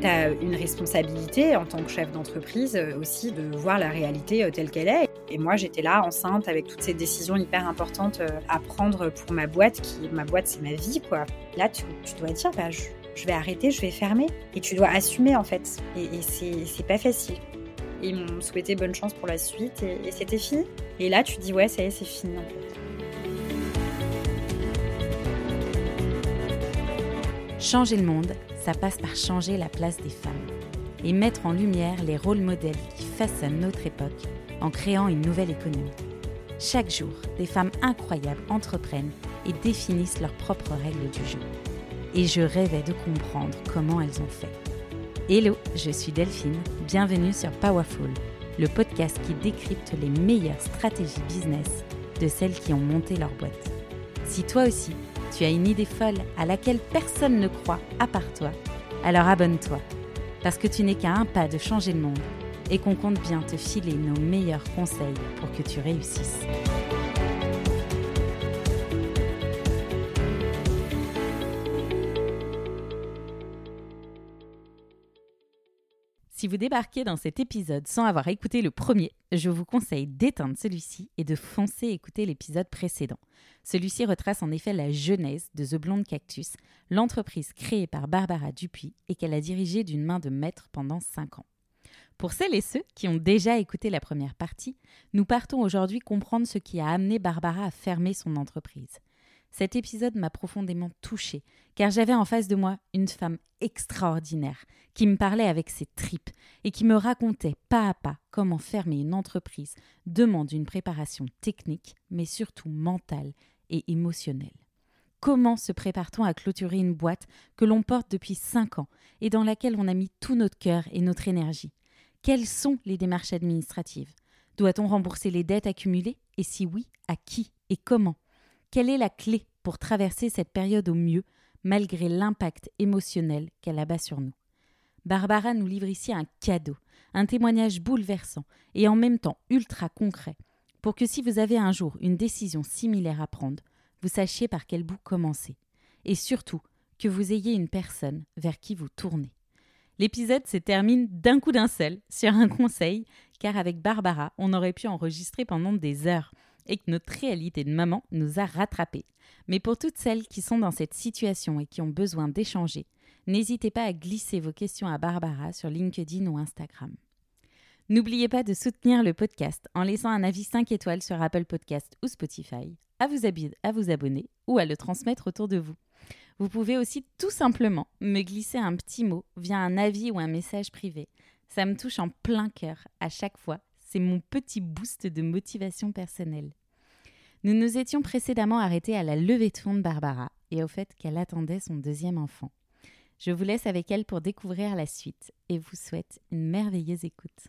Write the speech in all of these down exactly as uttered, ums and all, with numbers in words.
as une responsabilité en tant que chef d'entreprise aussi de voir la réalité telle qu'elle est. Et moi, j'étais là, enceinte, avec toutes ces décisions hyper importantes à prendre pour ma boîte, qui ma boîte, c'est ma vie, quoi. Là, tu, tu dois dire, bah, je, je vais arrêter, je vais fermer. Et tu dois assumer, en fait. Et, et c'est, c'est pas facile. Et ils m'ont souhaité bonne chance pour la suite, et, et c'était fini. Et là, tu te dis, ouais, ça y est, c'est fini, en fait. Changer le monde, ça passe par changer la place des femmes et mettre en lumière les rôles modèles qui façonnent notre époque en créant une nouvelle économie. Chaque jour, des femmes incroyables entreprennent et définissent leurs propres règles du jeu. Et je rêvais de comprendre comment elles ont fait. Hello, je suis Delphine, bienvenue sur Powerful, le podcast qui décrypte les meilleures stratégies business de celles qui ont monté leur boîte. Si toi aussi, tu as une idée folle à laquelle personne ne croit à part toi, alors abonne-toi, parce que tu n'es qu'à un pas de changer le monde et qu'on compte bien te filer nos meilleurs conseils pour que tu réussisses. Si vous débarquez dans cet épisode sans avoir écouté le premier, je vous conseille d'éteindre celui-ci et de foncer écouter l'épisode précédent. Celui-ci retrace en effet la genèse de The Blonde Cactus, l'entreprise créée par Barbara Dupuis et qu'elle a dirigée d'une main de maître pendant cinq ans. Pour celles et ceux qui ont déjà écouté la première partie, nous partons aujourd'hui comprendre ce qui a amené Barbara à fermer son entreprise. Cet épisode m'a profondément touchée, car j'avais en face de moi une femme extraordinaire qui me parlait avec ses tripes et qui me racontait pas à pas comment fermer une entreprise demande une préparation technique, mais surtout mentale et émotionnelle. Comment se prépare-t-on à clôturer une boîte que l'on porte depuis cinq ans et dans laquelle on a mis tout notre cœur et notre énergie ? Quelles sont les démarches administratives ? Doit-on rembourser les dettes accumulées ? Et si oui, à qui et comment ? Quelle est la clé pour traverser cette période au mieux, malgré l'impact émotionnel qu'elle abat sur nous ? Barbara nous livre ici un cadeau, un témoignage bouleversant et en même temps ultra concret, pour que si vous avez un jour une décision similaire à prendre, vous sachiez par quel bout commencer. Et surtout, que vous ayez une personne vers qui vous tournez. L'épisode se termine d'un coup d'un seul, sur un conseil, car avec Barbara, on aurait pu enregistrer pendant des heures, et que notre réalité de maman nous a rattrapés. Mais pour toutes celles qui sont dans cette situation et qui ont besoin d'échanger, n'hésitez pas à glisser vos questions à Barbara sur LinkedIn ou Instagram. N'oubliez pas de soutenir le podcast en laissant un avis cinq étoiles sur Apple Podcast ou Spotify, à vous, ab- à vous abonner ou à le transmettre autour de vous. Vous pouvez aussi tout simplement me glisser un petit mot via un avis ou un message privé. Ça me touche en plein cœur à chaque fois. C'est mon petit boost de motivation personnelle. Nous nous étions précédemment arrêtés à la levée de fonds de Barbara et au fait qu'elle attendait son deuxième enfant. Je vous laisse avec elle pour découvrir la suite et vous souhaite une merveilleuse écoute.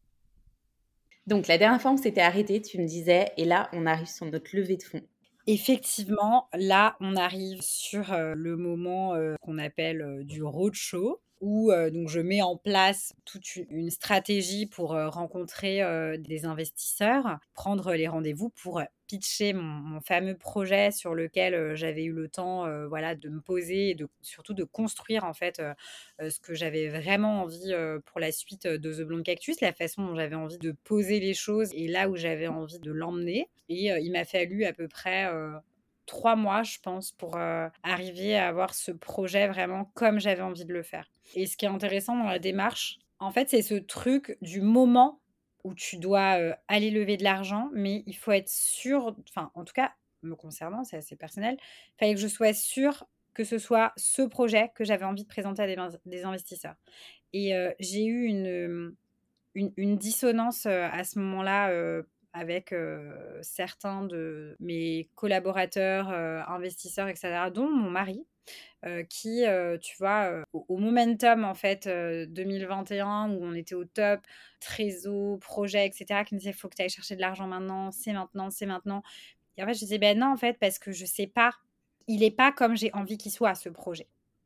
Donc la dernière fois on s'était arrêtés, tu me disais, et là on arrive sur notre levée de fonds. Effectivement, là, on arrive sur euh, le moment euh, qu'on appelle euh, du roadshow, où euh, donc je mets en place toute une, une stratégie pour euh, rencontrer euh, des investisseurs, prendre les rendez-vous pour euh, pitcher mon, mon fameux projet sur lequel euh, j'avais eu le temps euh, voilà, de me poser et de, surtout de construire en fait euh, euh, ce que j'avais vraiment envie euh, pour la suite de The Blonde Cactus, la façon dont j'avais envie de poser les choses et là où j'avais envie de l'emmener. Et euh, il m'a fallu à peu près euh, trois mois, je pense, pour euh, arriver à avoir ce projet vraiment comme j'avais envie de le faire. Et ce qui est intéressant dans la démarche, en fait, c'est ce truc du moment où tu dois euh, aller lever de l'argent, mais il faut être sûr, enfin, en tout cas, me concernant, c'est assez personnel, il fallait que je sois sûre que ce soit ce projet que j'avais envie de présenter à des, des investisseurs. Et euh, j'ai eu une, une, une dissonance euh, à ce moment-là euh, avec euh, certains de mes collaborateurs, euh, investisseurs, et cetera, dont mon mari, euh, qui, euh, tu vois, euh, au, au momentum, en fait, euh, deux mille vingt et un, où on était au top, trésor, projet, et cetera, qui me disait, il faut que tu ailles chercher de l'argent maintenant, c'est maintenant, c'est maintenant. Et en fait, je disais, ben non, en fait, parce que je sais pas, il est pas comme j'ai envie qu'il soit, ce projet.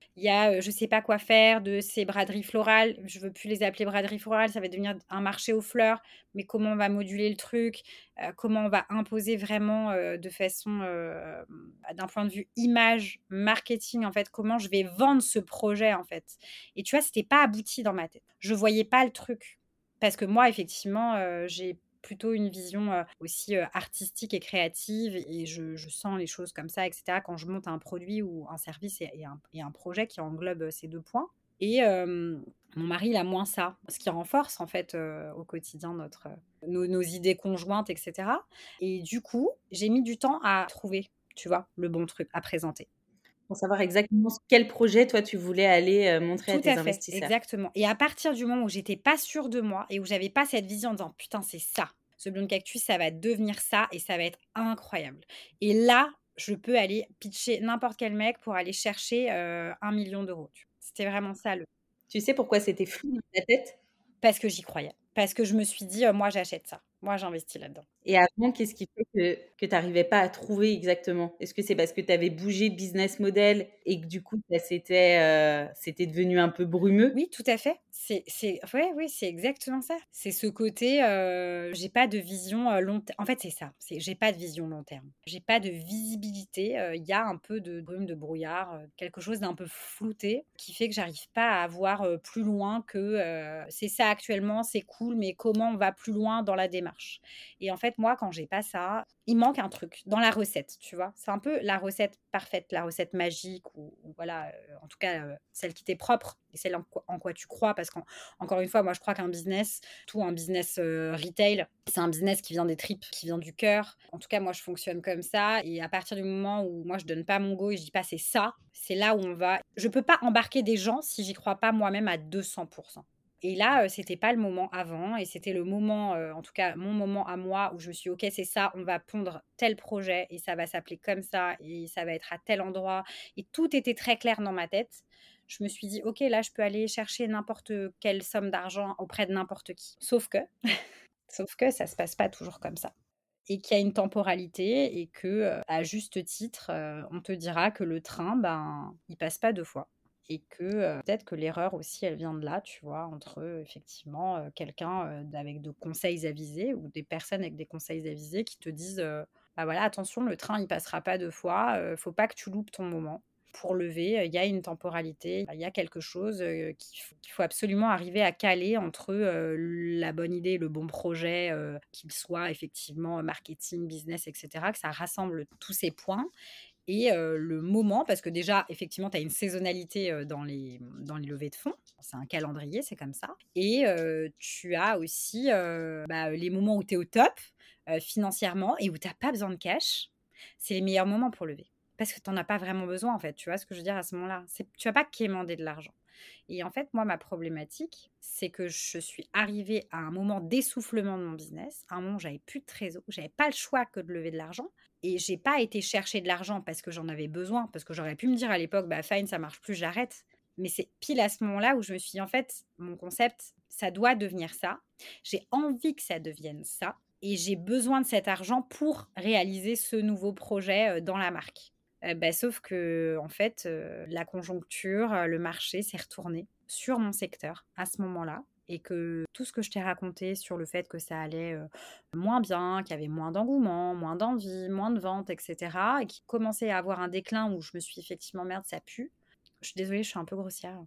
Il y a, heu, je sais pas quoi faire de ces braderies florales. Je veux plus les appeler braderies florales, ça va devenir un marché aux fleurs. Mais comment on va moduler le truc? Heu, comment on va imposer vraiment, heu, de façon, hem, bah, d'un point de vue image, marketing, en fait, comment je vais vendre ce projet, en fait? Et tu vois, c'était pas abouti dans ma tête. Je voyais pas le truc. Parce que moi, effectivement, heu, j'ai plutôt une vision, heu, aussi, heu, artistique et créative et je je sens les choses comme ça et cetera quand je monte un produit ou un service et et un et un projet qui englobe, heu, ces deux points et hem, mon mari, il a moins ça, ce qui renforce en fait, heu, au quotidien notre, heu, nos nos idées conjointes et cetera et du coup, j'ai mis du temps à trouver, tu vois, le bon truc à présenter. Pour savoir exactement s quel projet, toi, tu voulais aller, heu, montrer à Tout tes à fait, investisseurs. exactement et à partir du moment où j'étais pas sûre de moi et où j'avais pas cette vision en disant: «Putain, c'est ça, ce blond cactus, ça va devenir ça et ça va être incroyable» et là, je peux aller pitcher n'importe quel mec pour aller chercher, heu, un million d'euros. Tu vois? C'était vraiment ça le Tu sais pourquoi c'était flou dans ta tête? parce que j'y croyais, parce que je me suis dit, heu: «Moi, j'achète ça, moi, j'investis là-dedans». Et avant, qu'est-ce qui fait que que tu arrivais pas à trouver exactement? Est-ce que c'est parce que tu avais bougé de business model et que du coup, bah, c'était, heu, c'était devenu un peu brumeux? Oui, tout à fait. C'est c'est ouais, oui, c'est exactement ça. C'est ce côté, heu, j'ai pas de vision, heu, long ter en fait, c'est ça, c'est j'ai pas de vision long terme. J'ai pas de visibilité, heu, il y a un peu de brume, de brouillard, heu, quelque chose d'un peu flouté qui fait que j'arrive pas à voir, heu, plus loin que, heu, c'est ça actuellement, c'est cool, mais comment on va plus loin dans la démarche? Et en fait, moi, quand j'ai pas ça, il manque un truc dans la recette, tu vois? C'est un peu la recette parfaite, la recette magique ou ou voilà, heu, en tout cas, heu, celle qui t'est propre et celle en quoi en quoi tu crois. Parce qu'encore une fois, moi, je crois qu'un business, tout un business, heu, retail, c'est un business qui vient des tripes, qui vient du cœur. En tout cas, moi, je fonctionne comme ça et à partir du moment où moi, je donne pas mon go et je dis pas: «C'est ça», c'est là où on va je peux pas embarquer des gens si j'y crois pas moi-même à deux cents pour cent. Et là, heu, c'était pas le moment avant et c'était le moment, heu, en tout cas mon moment à moi où je me suis dit: «OK, c'est ça, on va pondre tel projet et ça va s'appeler comme ça et ça va être à tel endroit» et tout était très clair dans ma tête. Je me suis dit: «OK, là, je peux aller chercher n'importe quelle somme d'argent auprès de n'importe qui». Sauf que sauf que ça se passe pas toujours comme ça et qu'il y a une temporalité et que, heu, à juste titre, heu, on te dira que le train, ben, il passe pas deux fois et que, heu, peut-être que l'erreur aussi, elle vient de là, tu vois? Entre, heu, effectivement, heu, quelqu'un, heu, avec de conseils avisés ou des personnes avec des conseils avisés qui te disent, heu: «Bah, voilà, attention, le train, il passera pas deux fois, heu, faut pas que tu loupes ton moment. Pour lever, heu, il y a une temporalité, il y a quelque chose, heu, qu'il faut qu'il faut absolument arriver à caler entre, heu, la bonne idée, le bon projet, heu, qu'il soit effectivement marketing, business et cetera, que ça rassemble tous ces points et heu, le moment parce que déjà effectivement tu as une saisonnalité, heu, dans les, mmh, dans les levées de fonds. C'est un calendrier, c'est comme ça et heu, tu as aussi, heu, bah, les moments où tu es au top, heu, financièrement et où tu as pas besoin de cash. C'est les meilleurs moments pour lever parce que tu en as pas vraiment besoin en fait, tu vois ce que je veux dire à ce moment-là? C'est tu vas pas quémander de l'argent et en fait, moi, ma problématique, c'est que je suis arrivée à un moment d'essoufflement de mon business, à un moment où j'avais plus de trésor, où j'avais pas le choix que de lever de l'argent et j'ai pas été chercher de l'argent parce que j'en avais besoin, parce que j'aurais pu me dire à l'époque: «Bah, fine, ça marche plus, j'arrête». Mais c'est pile à ce moment-là où je me suis dit: «En fait, mon concept, ça doit devenir ça. J'ai envie que ça devienne ça et j'ai besoin de cet argent pour réaliser ce nouveau projet, heu, dans la marque». Heu, bah, sauf qu'en fait, heu, la conjoncture, heu, le marché s'est retourné sur mon secteur à ce moment-là et que tout ce que je t'ai raconté sur le fait que ça allait, heu, moins bien, qu'il y avait moins d'engouement, moins d'envie, moins de ventes et cetera et qui commençait à avoir un déclin où je me suis dit: «Effectivement, merde, ça pue». Je suis désolée, je suis un peu grossière.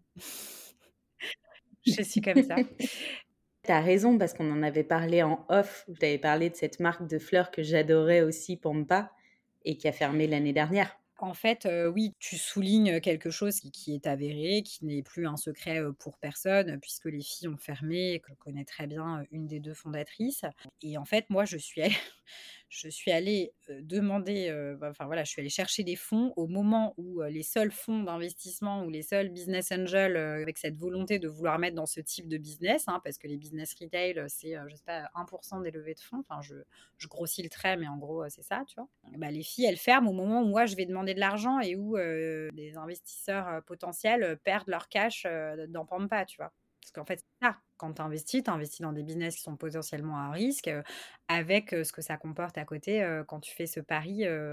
Je suis comme ça. Tu as raison parce qu'on en avait parlé en off, où tu avais parlé de cette marque de fleurs que j'adorais aussi, Pampa, et qui a fermé l'année dernière. En fait, heu, oui, tu soulignes quelque chose qui qui est avéré, qui n'est plus un secret, heu, pour personne, heu, puisque les filles ont fermé et que je connais très bien, heu, une des deux fondatrices et en fait, moi, je suis allée je suis allée, heu, demander, heu, bah, enfin, voilà, je suis allée chercher des fonds au moment où, heu, les seuls fonds d'investissement ou les seuls business angels, heu, avec cette volonté de vouloir mettre dans ce type de business, hein, parce que les business retail, heu, c'est, heu, je sais pas, un pour cent des levées de fonds. Enfin, je je grossis le trait, mais en gros, heu, c'est ça, tu vois? Bah, les filles, elles ferment au moment où moi, je vais demander de l'argent et où, heu, des investisseurs, heu, potentiels, heu, perdent leur cash, heu, dans Pampa, tu vois? Parce qu'en fait, c'est ça, quand tu investis, tu investis dans des business qui sont potentiellement à risque, heu, avec, heu, ce que ça comporte à côté, heu, quand tu fais ce pari, heu,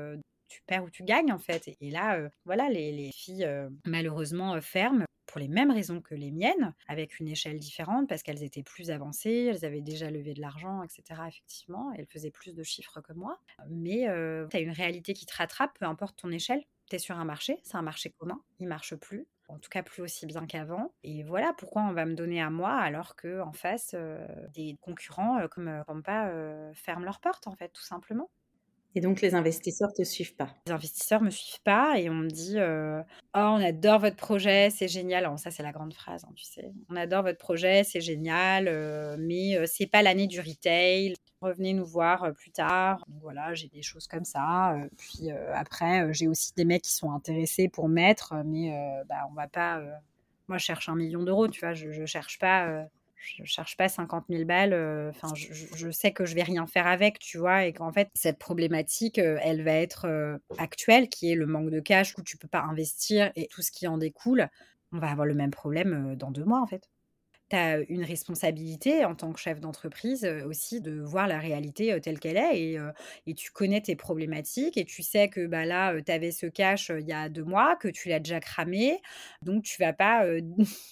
tu perds ou tu gagnes, en fait. Et, et là, euh, voilà, les, les filles, euh, malheureusement, euh, ferment pour les mêmes raisons que les miennes, avec une échelle différente, parce qu'elles étaient plus avancées, elles avaient déjà levé de l'argent, et cetera, effectivement, et elles faisaient plus de chiffres que moi. Mais euh, tu as une réalité qui te rattrape, peu importe ton échelle. Tu es sur un marché, c'est un marché commun, il marche plus. En tout cas, plus aussi bien qu'avant. Et voilà pourquoi on va me donner à moi, alors qu'en face, euh, des concurrents euh, comme euh, comme pas euh, ferment leurs portes, en fait, tout simplement. Et donc, les investisseurs te suivent pas. Les investisseurs me suivent pas et on me dit euh, oh, on adore votre projet, c'est génial. Alors, ça, c'est la grande phrase, hein, tu sais. On adore votre projet, c'est génial, euh, mais euh, c'est pas l'année du retail. Revenez nous voir euh, plus tard. Donc, voilà, j'ai des choses comme ça. Euh, puis euh, après, euh, j'ai aussi des mecs qui sont intéressés pour mettre, mais euh, bah, on va pas. euh, Moi, je cherche un million d'euros, tu vois. Je, je cherche pas. euh, je cherche pas cinquante mille balles. euh, Enfin, je, je- je sais que je vais rien faire avec, tu vois, et qu'en fait, cette problématique, euh, elle va être euh, actuelle, qui est le manque de cash, où tu peux pas investir et tout ce qui en découle. On va avoir le même problème euh, dans deux mois, en fait. Tu as une responsabilité en tant que chef d'entreprise euh, aussi de voir la réalité euh, telle qu'elle est et, euh, et tu connais tes problématiques et tu sais que bah, là, tu avais ce cash euh, il y a deux mois, que tu l'as déjà cramé, donc tu vas pas euh,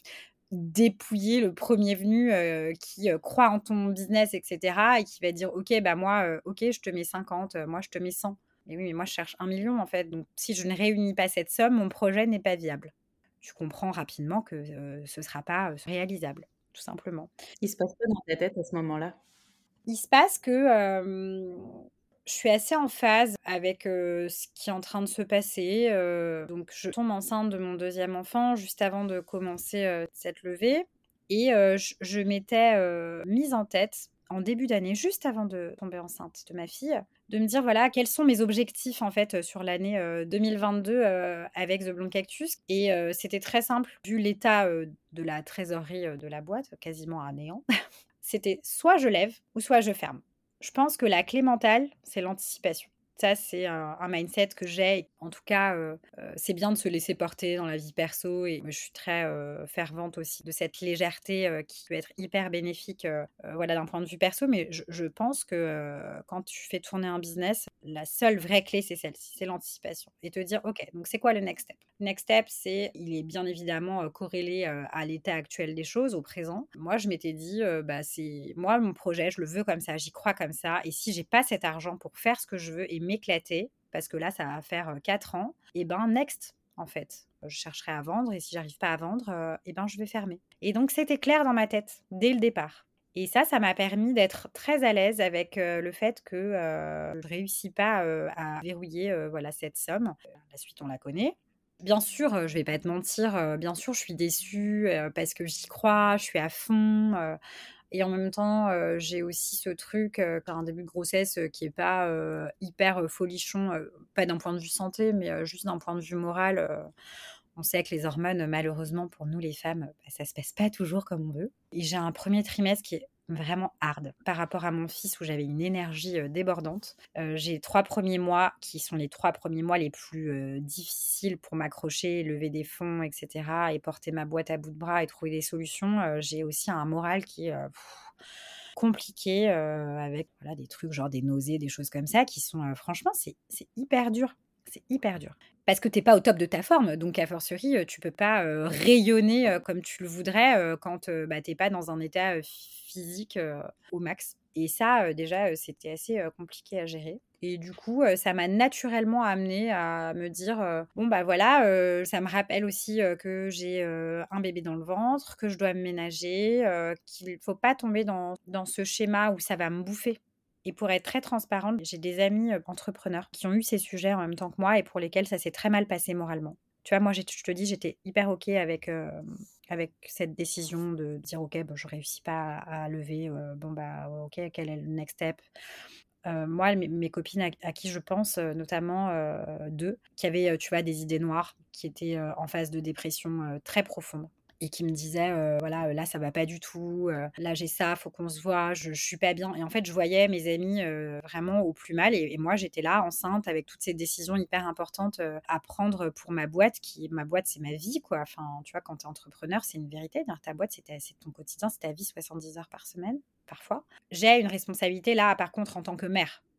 dépouiller le premier venu euh, qui euh, croit en ton business, et cetera et qui va dire ok, bah moi, euh, ok, je te mets cinquante, euh, moi je te mets cent. Mais oui, mais moi je cherche un million en fait, donc si je ne réunis pas cette somme, mon projet n'est pas viable. Tu comprends rapidement que euh, ce ne sera pas euh, réalisable, tout simplement. Il se passe quoi dans ta tête à ce moment-là? Il se passe que euh, je suis assez en phase avec euh, ce qui est en train de se passer. euh, donc, je tombe enceinte de mon deuxième enfant juste avant de commencer euh, cette levée. Et euh, je, je m'étais euh, mise en tête en début d'année, juste avant de tomber enceinte de ma fille, de me dire voilà quels sont mes objectifs en fait sur l'année euh, deux mille vingt-deux euh, avec The Blonde Cactus. Et euh, c'était très simple vu l'état euh, de la trésorerie euh, de la boîte, quasiment à néant. C'était soit je lève ou soit je ferme. Je pense que la clé mentale, c'est l'anticipation. Ça, c'est un, un mindset que j'ai. En tout cas, euh, euh, c'est bien de se laisser porter dans la vie perso. Et je suis très euh, fervente aussi de cette légèreté euh, qui peut être hyper bénéfique euh, euh, voilà, d'un point de vue perso. Mais je, je pense que euh, quand tu fais tourner un business, la seule vraie clé, c'est celle-ci, c'est l'anticipation. Et te dire, OK, donc c'est quoi le next step? Le next step, c'est, il est bien évidemment euh, corrélé euh, à l'état actuel des choses, au présent. Moi, je m'étais dit, euh, bah, c'est moi, mon projet, je le veux comme ça, j'y crois comme ça. Et si j'ai pas cet argent pour faire ce que je veux et m'éclater, parce que là, ça va faire euh, quatre ans, et ben next, en fait. Je chercherai à vendre et si j'arrive pas à vendre, euh, et ben je vais fermer. Et donc, c'était clair dans ma tête, dès le départ. Et ça, ça m'a permis d'être très à l'aise avec euh, le fait que euh, je ne réussis pas euh, à verrouiller euh, voilà, cette somme. La suite, on la connaît. Bien sûr, euh, je vais pas te mentir, euh, bien sûr, je suis déçue euh, parce que j'y crois, je suis à fond. euh, et en même temps, euh, j'ai aussi ce truc, euh, qu'un début de grossesse euh, qui est pas euh, hyper euh, folichon, euh, pas d'un point de vue santé, mais euh, juste d'un point de vue moral. euh, on sait que les hormones, malheureusement, pour nous les femmes, bah, ça se passe pas toujours comme on veut. Et j'ai un premier trimestre qui est vraiment hard par rapport à mon fils où j'avais une énergie euh, débordante. Euh, j'ai trois premiers mois qui sont les trois premiers mois les plus euh, difficiles pour m'accrocher, lever des fonds, et cetera et porter ma boîte à bout de bras et trouver des solutions. Euh, j'ai aussi un moral qui est euh, pff, compliqué euh, avec voilà, des trucs genre des nausées, des choses comme ça qui sont euh, franchement, c'est c'est hyper dur. C'est hyper dur. Parce que tu es pas au top de ta forme, donc a fortiori, heu, tu peux pas, heu, rayonner, heu, comme tu le voudrais, heu, quand, heu, bah, tu es pas dans un état, heu, physique, heu, au max. Et ça, heu, déjà, heu, c'était assez, heu, compliqué à gérer. Et du coup, heu, ça m'a naturellement amenée à me dire, heu: «Bon, bah, voilà», heu, ça me rappelle aussi, heu, que j'ai, heu, un bébé dans le ventre, que je dois me ménager, heu, qu'il faut pas tomber dans dans ce schéma où ça va me bouffer. Et pour être très transparente, j'ai des amis euh, entrepreneurs qui ont eu ces sujets en même temps que moi et pour lesquels ça s'est très mal passé moralement. Tu vois, moi, j'ai- je te dis, j'étais hyper OK avec, euh, avec cette décision de dire, OK, bon, je réussis pas à, à lever. euh, bon, bah, OK, quel est le next step? Euh, moi, mes, mes copines à, à qui je pense, euh, notamment euh, deux, qui avaient, euh, tu vois, des idées noires, qui étaient euh, en phase de dépression euh, très profonde et qui me disaient, euh, voilà, euh, là, ça va pas du tout, euh, là, j'ai ça, faut qu'on se voit, je, je suis pas bien. Et en fait, je voyais mes amis euh, vraiment au plus mal et, et moi, j'étais là, enceinte, avec toutes ces décisions hyper importantes euh, à prendre pour ma boîte, qui, ma boîte, c'est ma vie, quoi. Enfin, tu vois, quand tu es entrepreneur, c'est une vérité. Dire, ta boîte, c'est ta- c'est ton quotidien, c'est ta vie, soixante-dix heures par semaine, parfois. J'ai une responsabilité là, par contre, en tant que mère.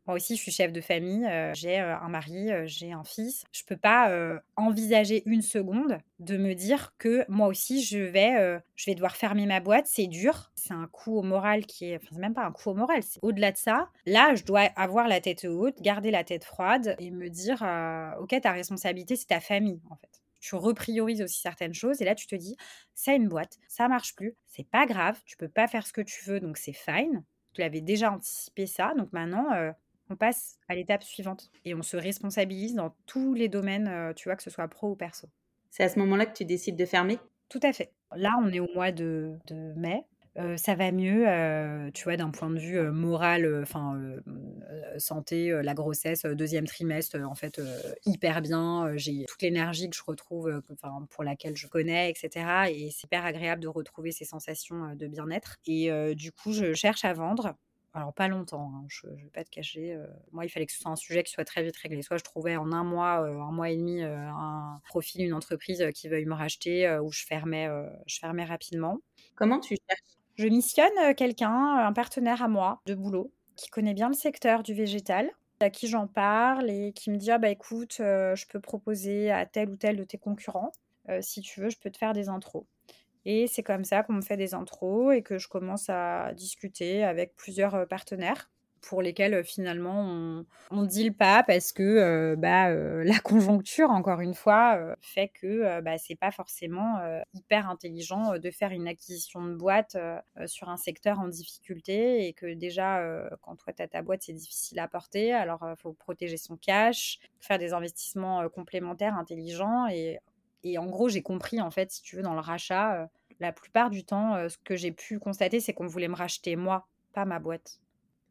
Moi aussi, je suis chef de famille, heu, j'ai, heu, un mari, heu, j'ai un fils. Je peux pas, heu, envisager une seconde de me dire que moi aussi je vais, heu, je vais devoir fermer ma boîte. C'est dur, c'est un coup au moral qui est enfin, c'est même pas un coup au moral, c'est au-delà de ça. Là, je dois avoir la tête haute, garder la tête froide et me dire, heu: «OK, ta responsabilité, c'est ta famille, en fait». Tu repriorises aussi certaines choses et là, tu te dis: «C'est une boîte, ça marche plus, c'est pas grave, tu peux pas faire ce que tu veux, donc c'est fine. Tu l'avais déjà anticipé ça, donc maintenant, heu, on passe à l'étape suivante et on se responsabilise dans tous les domaines, heu, tu vois, que ce soit pro ou perso». C'est à ce moment-là que tu décides de fermer? Tout à fait. Là, on est au mois de de mai, heu, ça va mieux, heu, tu vois, d'un point de vue, heu, moral, heu, enfin, heu, heu, santé, heu, la grossesse, heu, deuxième trimestre, heu, en fait, heu, hyper bien, heu, j'ai toute l'énergie que je retrouve, heu, que enfin, pour laquelle je connais et cetera et c'est hyper agréable de retrouver ces sensations, heu, de bien-être et heu, du coup, je cherche à vendre. Alors pas longtemps, hein, je je vais pas te cacher, heu, moi, il fallait que ce soit un sujet qui soit très vite réglé. Soit je trouvais en un mois, heu, un mois et demi, heu, un profil, une entreprise, heu, qui veuille me racheter, heu, ou je fermais, heu, je fermais rapidement. Comment tu cherches? Je missionne, heu, quelqu'un, un partenaire à moi de boulot, qui connaît bien le secteur du végétal, à qui j'en parle et qui me dit: «Ah bah écoute, heu, je peux proposer à tel ou tel de tes concurrents, heu, si tu veux, je peux te faire des intros». Et c'est comme ça qu'on me fait des intros et que je commence à discuter avec plusieurs, heu, partenaires pour lesquels, heu, finalement on on deal pas parce que, heu, bah, heu, la conjoncture encore une fois, heu, fait que, heu, bah, c'est pas forcément, heu, hyper intelligent, heu, de faire une acquisition de boîte, heu heu, sur un secteur en difficulté et que déjà, heu, quand toi tu as ta boîte, c'est difficile à porter. Alors, heu, faut protéger son cash, faire des investissements, heu, complémentaires intelligents et et en gros, j'ai compris en fait, si tu veux, dans le rachat, heu, la plupart du temps, heu, ce que j'ai pu constater, c'est qu'on voulait me racheter moi, pas ma boîte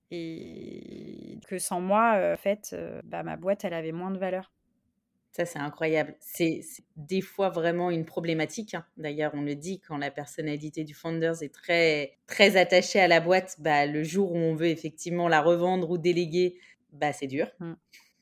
et que sans moi, heu, en fait, heu, bah, ma boîte, elle avait moins de valeur. Ça, c'est incroyable. C'est c'est des fois vraiment une problématique, hein. D'ailleurs, on le dit, quand la personnalité du founders est très très attachée à la boîte, bah, le jour où on veut effectivement la revendre ou déléguer, bah, c'est dur. Mmh.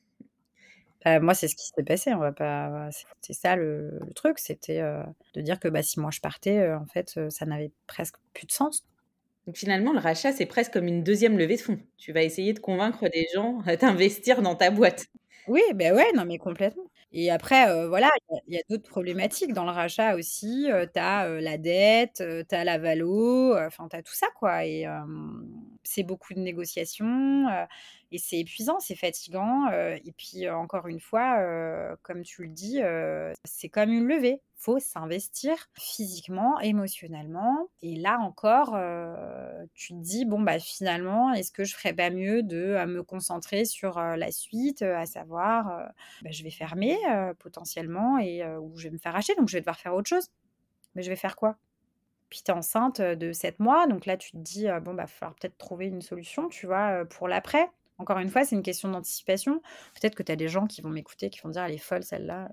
Bah, moi, c'est ce qui s'est passé, on va pas c'est c'est ça le le truc, c'était, heu, de dire que, bah, si moi je partais, heu, en fait, heu, ça n'avait presque plus de sens. Donc finalement, le rachat, c'est presque comme une deuxième levée de fonds. Tu vas essayer de convaincre des gens, heu, d'investir dans ta boîte. Oui, beh, ouais, non, mais complètement et après, heu, voilà, il y a il y a d'autres problématiques dans le rachat aussi, heu, tu as, heu, la dette, heu, tu as la valo, heu, enfin, tu as tout ça, quoi et hem, c'est beaucoup de négociations, heu et c'est épuisant, c'est fatigant, heu et puis, heu, encore une fois, heu, comme tu le dis, heu, c'est comme une levée. Faut s'investir physiquement, émotionnellement et là encore, heu, tu te dis: «Bon, bah, finalement, est-ce que je ferais pas mieux de, heu, me concentrer sur, heu, la suite?» heu, à savoir, heu, bah, je vais fermer, heu, potentiellement et heu, ou je vais me faire racheter, donc je vais devoir faire autre chose. Mais je vais faire quoi? Puis tu es enceinte, heu, de sept mois, donc là tu te dis, heu: «Bon, bah, va falloir peut-être trouver une solution», tu vois, heu, pour l'après. Encore une fois, c'est une question d'anticipation. Peut-être que tu as des gens qui vont m'écouter, qui vont dire: «Elle est folle celle-là».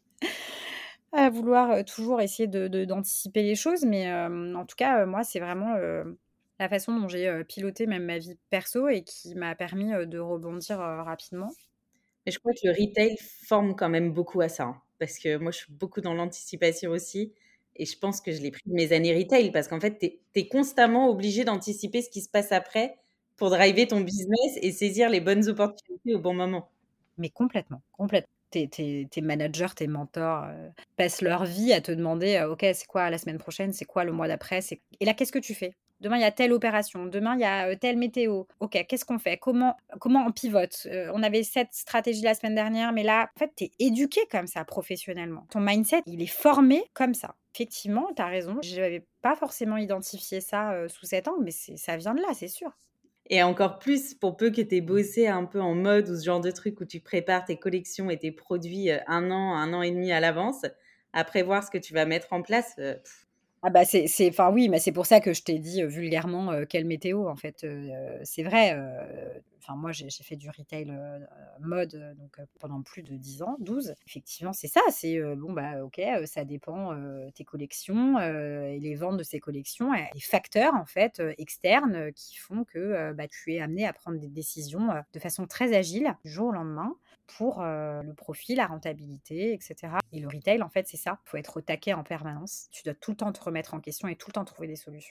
À vouloir, heu, toujours essayer de de d'anticiper les choses, mais hem, en tout cas, heu, moi, c'est vraiment, heu, la façon dont j'ai, heu, piloté même ma vie perso et qui m'a permis, heu, de rebondir, heu, rapidement. Mais je crois que le retail forme quand même beaucoup à ça, hein, parce que moi, je suis beaucoup dans l'anticipation aussi et je pense que je l'ai pris de mes années retail parce qu'en fait, tu es tu es constamment obligé d'anticiper ce qui se passe après pour driver ton business et saisir les bonnes opportunités au bon moment. Mais complètement, complètement. Tes tes tes managers, tes mentors, heu, passent leur vie à te demander, heu: «OK, c'est quoi la semaine prochaine? C'est quoi le mois d'après? C'est et là, qu'est-ce que tu fais? Demain, il y a telle opération. Demain, il y a, heu, telle météo. OK, qu'est-ce qu'on fait? Comment comment on pivote? Heu, on avait cette stratégie la semaine dernière, mais là» en fait, tu es éduqué comme ça professionnellement. Ton mindset, il est formé comme ça. Effectivement, tu as raison, j'avais pas forcément identifié ça, heu, sous cet angle, mais c'est ça vient de là, c'est sûr. Et encore plus, pour peu que tu aies bossé un peu en mode ou ce genre de truc où tu prépares tes collections et tes produits, heu, un an, un an et demi à l'avance, à prévoir ce que tu vas mettre en place, heu, Ah bah, c'est c'est enfin oui, mais c'est pour ça que je t'ai dit, heu, vulgairement, heu, quelle météo en fait, heu, c'est vrai, heu, enfin moi j'ai j'ai fait du retail, heu heu, mode, heu, donc heu, pendant plus de dix ans, douze. Effectivement, c'est ça, c'est, heu, bon bah, OK, heu, ça dépend, heu, tes collections, heu et les ventes de ces collections et les facteurs en fait, heu, externes, heu, qui font que, heu, bah, tu es amené à prendre des décisions, heu, de façon très agile, du jour au lendemain pour, heu, le profit, la rentabilité et cetera et le retail, en fait, c'est ça. Il faut être au taquet en permanence. Tu dois tout le temps te remettre en question et tout le temps trouver des solutions.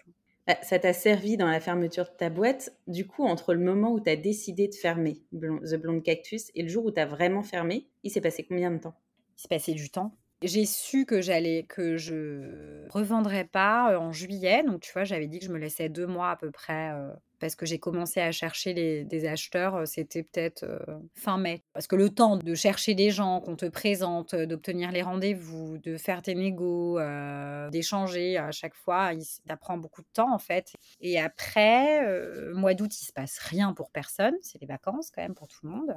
Bah, ça t'a servi dans la fermeture de ta boîte. Du coup, entre le moment où tu as décidé de fermer Blon The Blonde Cactus et le jour où tu as vraiment fermé, il s'est passé combien de temps? Il s'est passé du temps. J'ai su que j'allais que je revendrais pas, heu, en juillet, donc tu vois, j'avais dit que je me laissais deux mois à peu près, heu, parce que j'ai commencé à chercher les des acheteurs, heu, c'était peut-être, heu, fin mai. Parce que le temps de chercher des gens, qu'on te présente, heu, d'obtenir les rendez-vous, de faire tes négos, heu, d'échanger à chaque fois, il s ça prend beaucoup de temps, en fait et après, heu, mois d'août, il se passe rien pour personne, c'est les vacances quand même pour tout le monde.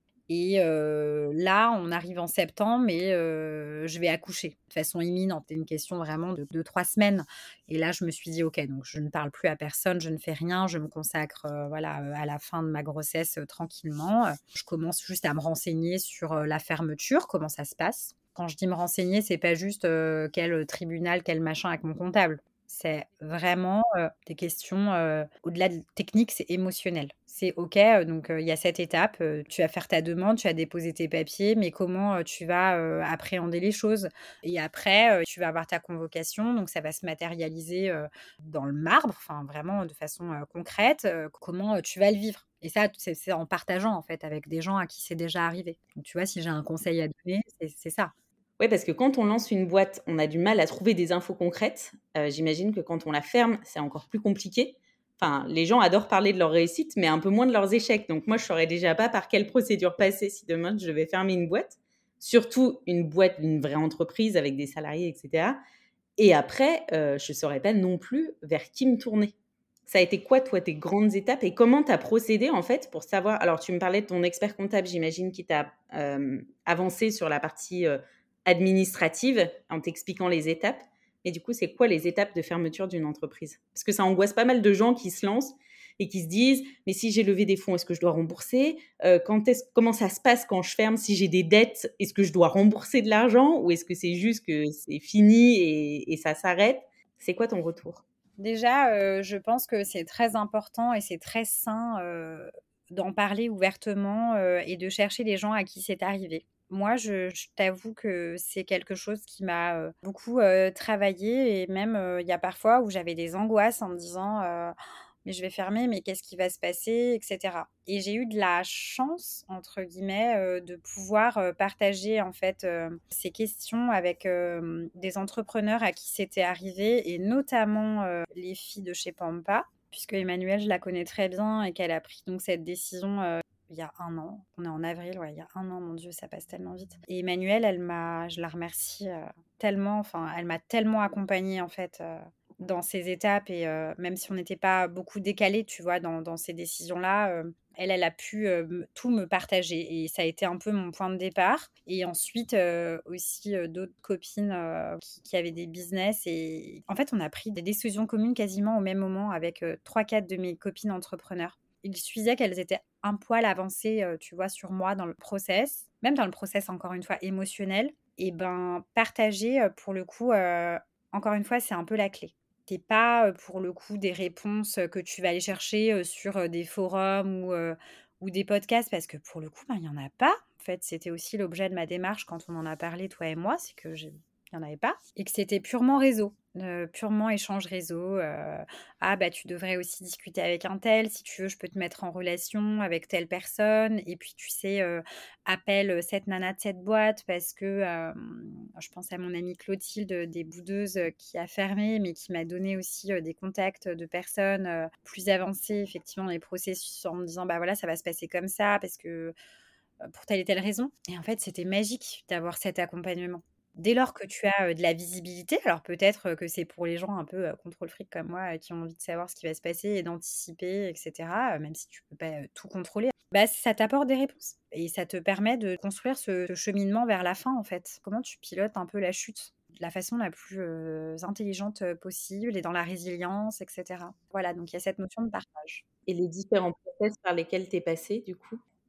Et heu, là, on arrive en septembre et heu, je vais accoucher de façon imminente. C'est une question vraiment de deux trois semaines et là, je me suis dit: «OK, donc je ne parle plus à personne, je ne fais rien, je me consacre, heu, voilà, heu, à la fin de ma grossesse, heu, tranquillement». Heu, je commence juste à me renseigner sur, heu, la fermeture, comment ça se passe. Quand je dis me renseigner, c'est pas juste, heu, quel tribunal, quel machin avec mon comptable. C'est vraiment, heu, des questions, heu, au-delà de technique, c'est émotionnel. C'est OK, heu, donc heu, il y a cette étape, heu, tu vas faire ta demande, tu vas déposer tes papiers, mais comment, heu, tu vas, heu, appréhender les choses? Et après, heu, tu vas avoir ta convocation, donc ça va se matérialiser, heu, dans le marbre, enfin vraiment de façon, heu, concrète, heu, comment, heu, tu vas le vivre? Et ça, c'est c'est en partageant, en fait, avec des gens à qui c'est déjà arrivé. Donc tu vois, si j'ai un conseil à donner, c'est c'est ça. Ouais, parce que quand on lance une boîte, on a du mal à trouver des infos concrètes. Heu, j'imagine que quand on la ferme, c'est encore plus compliqué. Enfin, les gens adorent parler de leurs réussites, mais un peu moins de leurs échecs. Donc moi, je saurais déjà pas par quelle procédure passer si demain je devais fermer une boîte. Surtout une boîte, une vraie entreprise avec des salariés et cetera. Et après, heu, je saurais pas non plus vers qui me tourner. Ça a été quoi, toi, tes grandes étapes et comment tu as procédé, en fait, pour savoir alors tu me parlais de ton expert comptable, j'imagine, qui t'a, hem, avancé sur la partie, heu, administrative, en t'expliquant les étapes. Mais du coup, c'est quoi les étapes de fermeture d'une entreprise? Parce que ça angoisse pas mal de gens qui se lancent et qui se disent: «Mais si j'ai levé des fonds, est-ce que je dois rembourser? Heu, quand est-ce comment ça se passe quand je ferme? Si j'ai des dettes, est-ce que je dois rembourser de l'argent ou est-ce que c'est juste que c'est fini et et ça s'arrête?» C'est quoi ton retour? Déjà, heu, je pense que c'est très important et c'est très sain, heu, d'en parler ouvertement, heu et de chercher les gens à qui c'est arrivé. Moi, je je t'avoue que c'est quelque chose qui m'a, heu, beaucoup, heu, travaillé et même, heu, il y a parfois où j'avais des angoisses en me disant, heu: «Mais je vais fermer, mais qu'est-ce qui va se passer?» et cetera et j'ai eu de la «chance» entre guillemets, heu, de pouvoir, heu, partager en fait, heu, ces questions avec, hem, des entrepreneurs à qui c'était arrivé et notamment, heu, les filles de chez Pampa, puisque Emmanuelle, je la connais très bien et qu'elle a pris donc cette décision, heu, il y a un an. On est en avril, ouais, il y a un an, mon Dieu, ça passe tellement vite et Emmanuelle, elle m'a je la remercie, heu, tellement, enfin, elle m'a tellement accompagnée en fait, heu, dans ces étapes et heu, même si on n'était pas beaucoup décalés, tu vois, dans dans ces décisions-là, heu, elle, elle a pu, heu, me tout me partager et ça a été un peu mon point de départ et ensuite, heu, aussi, heu, d'autres copines, heu, qui qui avaient des business et en fait, on a pris des décisions communes quasiment au même moment avec, heu, trois quatre de mes copines entrepreneurs. Il suffisait qu'elles étaient un poil avancées, heu, tu vois, sur moi dans le process, même dans le process encore une fois émotionnel et ben, partager, heu, pour le coup, heu, encore une fois, c'est un peu la clé. C'est pas, heu, pour le coup des réponses, heu, que tu vas aller chercher, heu, sur, heu, des forums ou, heu, ou des podcasts parce que pour le coup, ben, il y en a pas. En fait, c'était aussi l'objet de ma démarche quand on en a parlé toi et moi, c'est que je il y en avait pas et que c'était purement réseau, heu, purement échange réseau, heu: «Ah bah, tu devrais aussi discuter avec un tel, si tu veux, je peux te mettre en relation avec telle personne et puis tu sais, heu, appelle, heu, cette nana de cette boîte parce que, hem» je pense à mon amie Clotilde, heu, des Boudeuses, heu, qui a fermé, mais qui m'a donné aussi, heu, des contacts de personnes, heu, plus avancées effectivement dans les processus en me disant: «Bah, voilà, ça va se passer comme ça parce que, heu, pour telle et telle raison» et en fait, c'était magique d'avoir cet accompagnement. Dès lors que tu as, heu, de la visibilité, alors peut-être, heu, que c'est pour les gens un peu, heu, contrôle fric comme moi, heu, qui ont envie de savoir ce qui va se passer et d'anticiper et cetera, heu, même si tu peux pas, heu, tout contrôler. Bah, ça t'apporte des réponses et ça te permet de construire ce ce cheminement vers la fin, en fait. Comment tu pilotes un peu la chute de la façon la plus, heu, intelligente, heu, possible et dans la résilience et cetera. Voilà, donc il y a cette notion de partage. Et les différents process par lesquels tu es passée, du coup?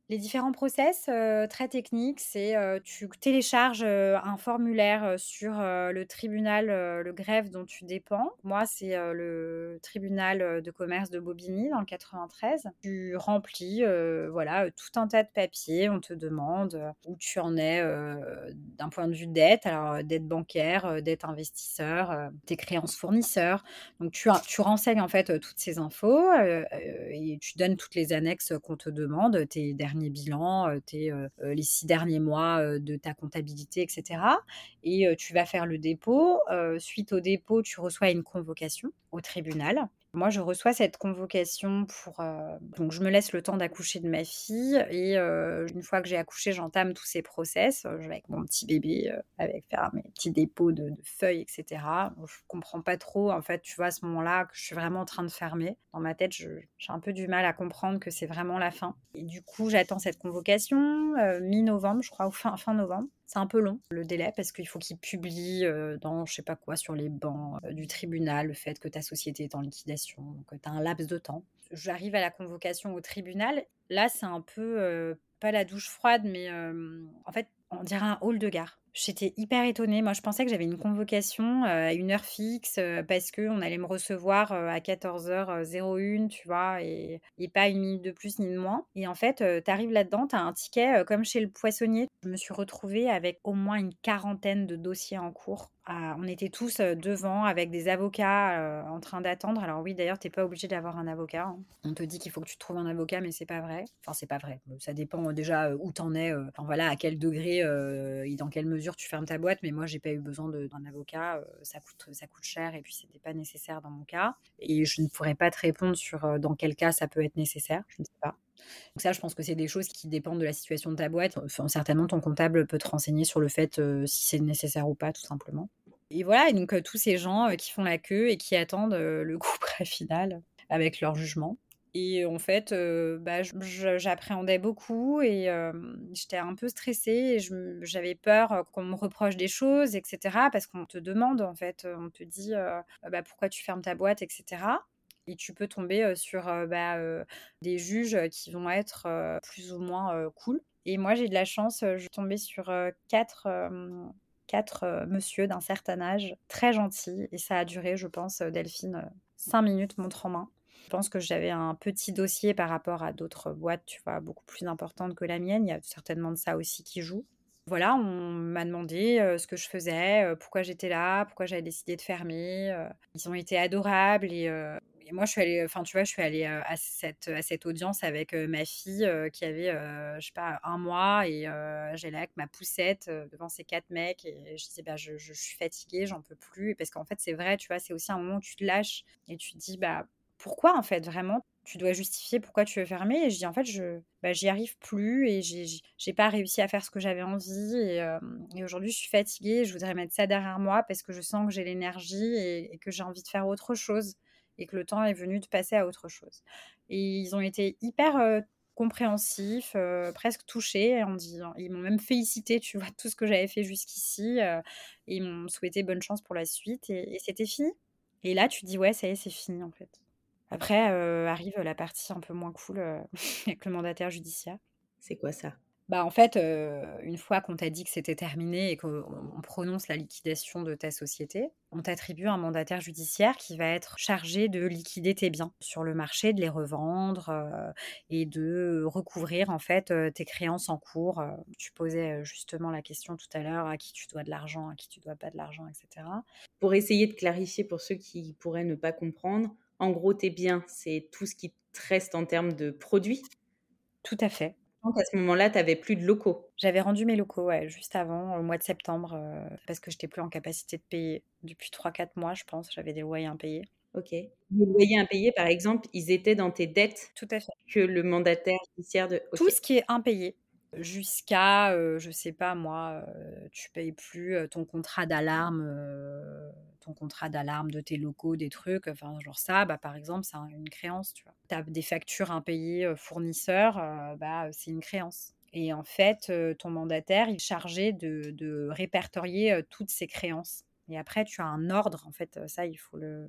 Les différents process, heu, très techniques, c'est, heu, tu télécharges, heu, un formulaire, heu, sur, heu, le tribunal, heu, le greffe dont tu dépends. Moi, c'est, heu, le tribunal, heu, de commerce de Bobigny dans le quatre-vingt-treize. Tu remplis, heu, voilà, heu, tout un tas de papiers. On te demande, heu, où tu en es, heu, d'un point de vue dette. Alors, heu, dette bancaire, heu, dette investisseur, heu, tes créances fournisseurs. Donc tu ren tu renseignes en fait, heu, toutes ces infos, heu heu et tu donnes toutes les annexes qu'on te demande, tes derniers bilans, heu, tes, heu heu, les six derniers mois, heu, de ta comptabilité et cetera et heu, tu vas faire le dépôt. Heu, suite au dépôt, tu reçois une convocation au tribunal. Moi, je reçois cette convocation pour, heu donc je me laisse le temps d'accoucher de ma fille et heu, une fois que j'ai accouché, j'entame tous ces process, heu, je vais avec mon petit bébé, heu, avec faire mes petits dépôts de de feuilles et cetera. Je comprends pas trop, en fait, tu vois, à ce moment-là, que je suis vraiment en train de fermer. Dans ma tête, je j'ai un peu du mal à comprendre que c'est vraiment la fin et du coup, j'attends cette convocation, heu, mi-novembre, je crois, ou fin fin novembre. C'est un peu long, le délai, parce qu'il faut qu'ils publient, heu, dans je sais pas quoi, sur les bancs, heu, du tribunal, le fait que ta société est en liquidation, donc heu, tu as un laps de temps. J'arrive à la convocation au tribunal. Là, c'est un peu, heu, pas la douche froide, mais hem, en fait, on dirait un hall de gare. J'étais hyper étonnée. Moi, je pensais que j'avais une convocation, heu, à une heure fixe, heu, parce qu'on allait me recevoir, heu, à quatorze heures zéro une, tu vois? Et et pas une minute de plus ni de moins et en fait, heu, tu arrives là-dedans, tu as un ticket, heu, comme chez le poissonnier. Je me suis retrouvée avec au moins une quarantaine de dossiers en cours. Ah, on était tous, heu, devant avec des avocats, heu, en train d'attendre. Alors oui, d'ailleurs, tu es pas obligé d'avoir un avocat, hein. On te dit qu'il faut que tu trouves un avocat, mais c'est pas vrai. Enfin, c'est pas vrai. Ça dépend, heu, déjà, heu, où tu en es, heu, enfin voilà, à quel degré, heu et dans quelle mesure tu fermes ta boîte. Mais moi, j'ai pas eu besoin de d'un avocat, heu, ça coûte ça coûte cher et puis c'était pas nécessaire dans mon cas et je ne pourrais pas te répondre sur, heu, dans quel cas ça peut être nécessaire, je ne sais pas. Donc ça, je pense que c'est des choses qui dépendent de la situation de ta boîte. Enfin, certainement, ton comptable peut te renseigner sur le fait, heu, si c'est nécessaire ou pas, tout simplement. Et voilà et donc heu, tous ces gens, heu, qui font la queue et qui attendent, heu, le couperet final avec leur jugement et en fait, heu, bah, je je j'appréhendais beaucoup et hem, j'étais un peu stressée et je m j'avais peur, heu, qu'on me reproche des choses et cetera parce qu'on te demande, en fait, heu, on te dit, heu: «Bah, pourquoi tu fermes ta boîte?» et cetera et tu peux tomber, heu, sur, heu, bah, heu, des juges, heu, qui vont être, heu, plus ou moins, heu, cool et moi, j'ai de la chance, heu, je suis tombée sur, heu, quatre, hem, quatre, heu, monsieur d'un certain âge, très gentils et ça a duré, je pense, heu, Delphine, heu, cinq minutes montre en main. Je pense que j'avais un petit dossier par rapport à d'autres boîtes, tu vois, beaucoup plus importantes que la mienne. Il y a certainement de ça aussi qui joue. Voilà, on m'a demandé, heu, ce que je faisais, heu, pourquoi j'étais là, pourquoi j'avais décidé de fermer, heu. Ils ont été adorables et heu et moi je suis allée, enfin, tu vois, je suis allée, heu, à cette à cette audience avec, heu, ma fille, heu, qui avait, heu, je sais pas, un mois et heu, j'allais là avec ma poussette, heu, devant ces quatre mecs et je disais: «Bah, je je je suis fatiguée, j'en peux plus» parce qu'en fait, c'est vrai, tu vois, c'est aussi un moment où tu te lâches et tu te dis: «Bah, pourquoi en fait, vraiment?» Tu dois justifier pourquoi tu veux fermer et je dis: «En fait, je bah, j'y arrive plus et j'ai j'ai j'ai pas réussi à faire ce que j'avais envie et hem et aujourd'hui, je suis fatiguée, je voudrais mettre ça derrière moi parce que je sens que j'ai l'énergie et et que j'ai envie de faire autre chose et que le temps est venu de passer à autre chose» et ils ont été hyper, heu, compréhensifs, heu, presque touchés en disant ils m'ont même félicité, tu vois, de tout ce que j'avais fait jusqu'ici, heu et ils m'ont souhaité bonne chance pour la suite et et c'était fini et là, tu te dis: «Ouais, ça y est, c'est fini, en fait». Après, heu, arrive la partie un peu moins cool, heu, avec le mandataire judiciaire. C'est quoi ça? Bah, en fait, heu, une fois qu'on t'a dit que c'était terminé et qu'on on prononce la liquidation de ta société, on t'attribue un mandataire judiciaire qui va être chargé de liquider tes biens sur le marché, de les revendre, heu et de recouvrir, en fait, heu, tes créances en cours, heu. Tu posais, heu, justement la question tout à l'heure, à qui tu dois de l'argent, à qui tu dois pas de l'argent et cetera. Pour essayer de clarifier pour ceux qui pourraient ne pas comprendre, en gros, tes biens, c'est tout ce qui te reste en termes de produits? Tout à fait. Donc à ce moment-là, tu avais plus de locaux? J'avais rendu mes locaux, ouais, juste avant, au mois de septembre, heu, parce que j'étais plus en capacité de payer. Depuis trois quatre mois, je pense, j'avais des loyers impayés. OK. Les loyers impayés, par exemple, ils étaient dans tes dettes Tout à fait. que le mandataire judiciaire de Tout OK. ce qui est impayé jusqu'à, heu, je sais pas moi, heu, tu payes plus, heu, ton contrat d'alarme, heu, ton contrat d'alarme de tes locaux, des trucs, enfin genre ça, bah, par exemple, c'est un une créance, tu vois? Tu as des factures impayées, heu, fournisseurs, heu, bah, c'est une créance et en fait, heu, ton mandataire, il est chargé de de répertorier, heu, toutes ces créances et après tu as un ordre, en fait, heu, ça il faut le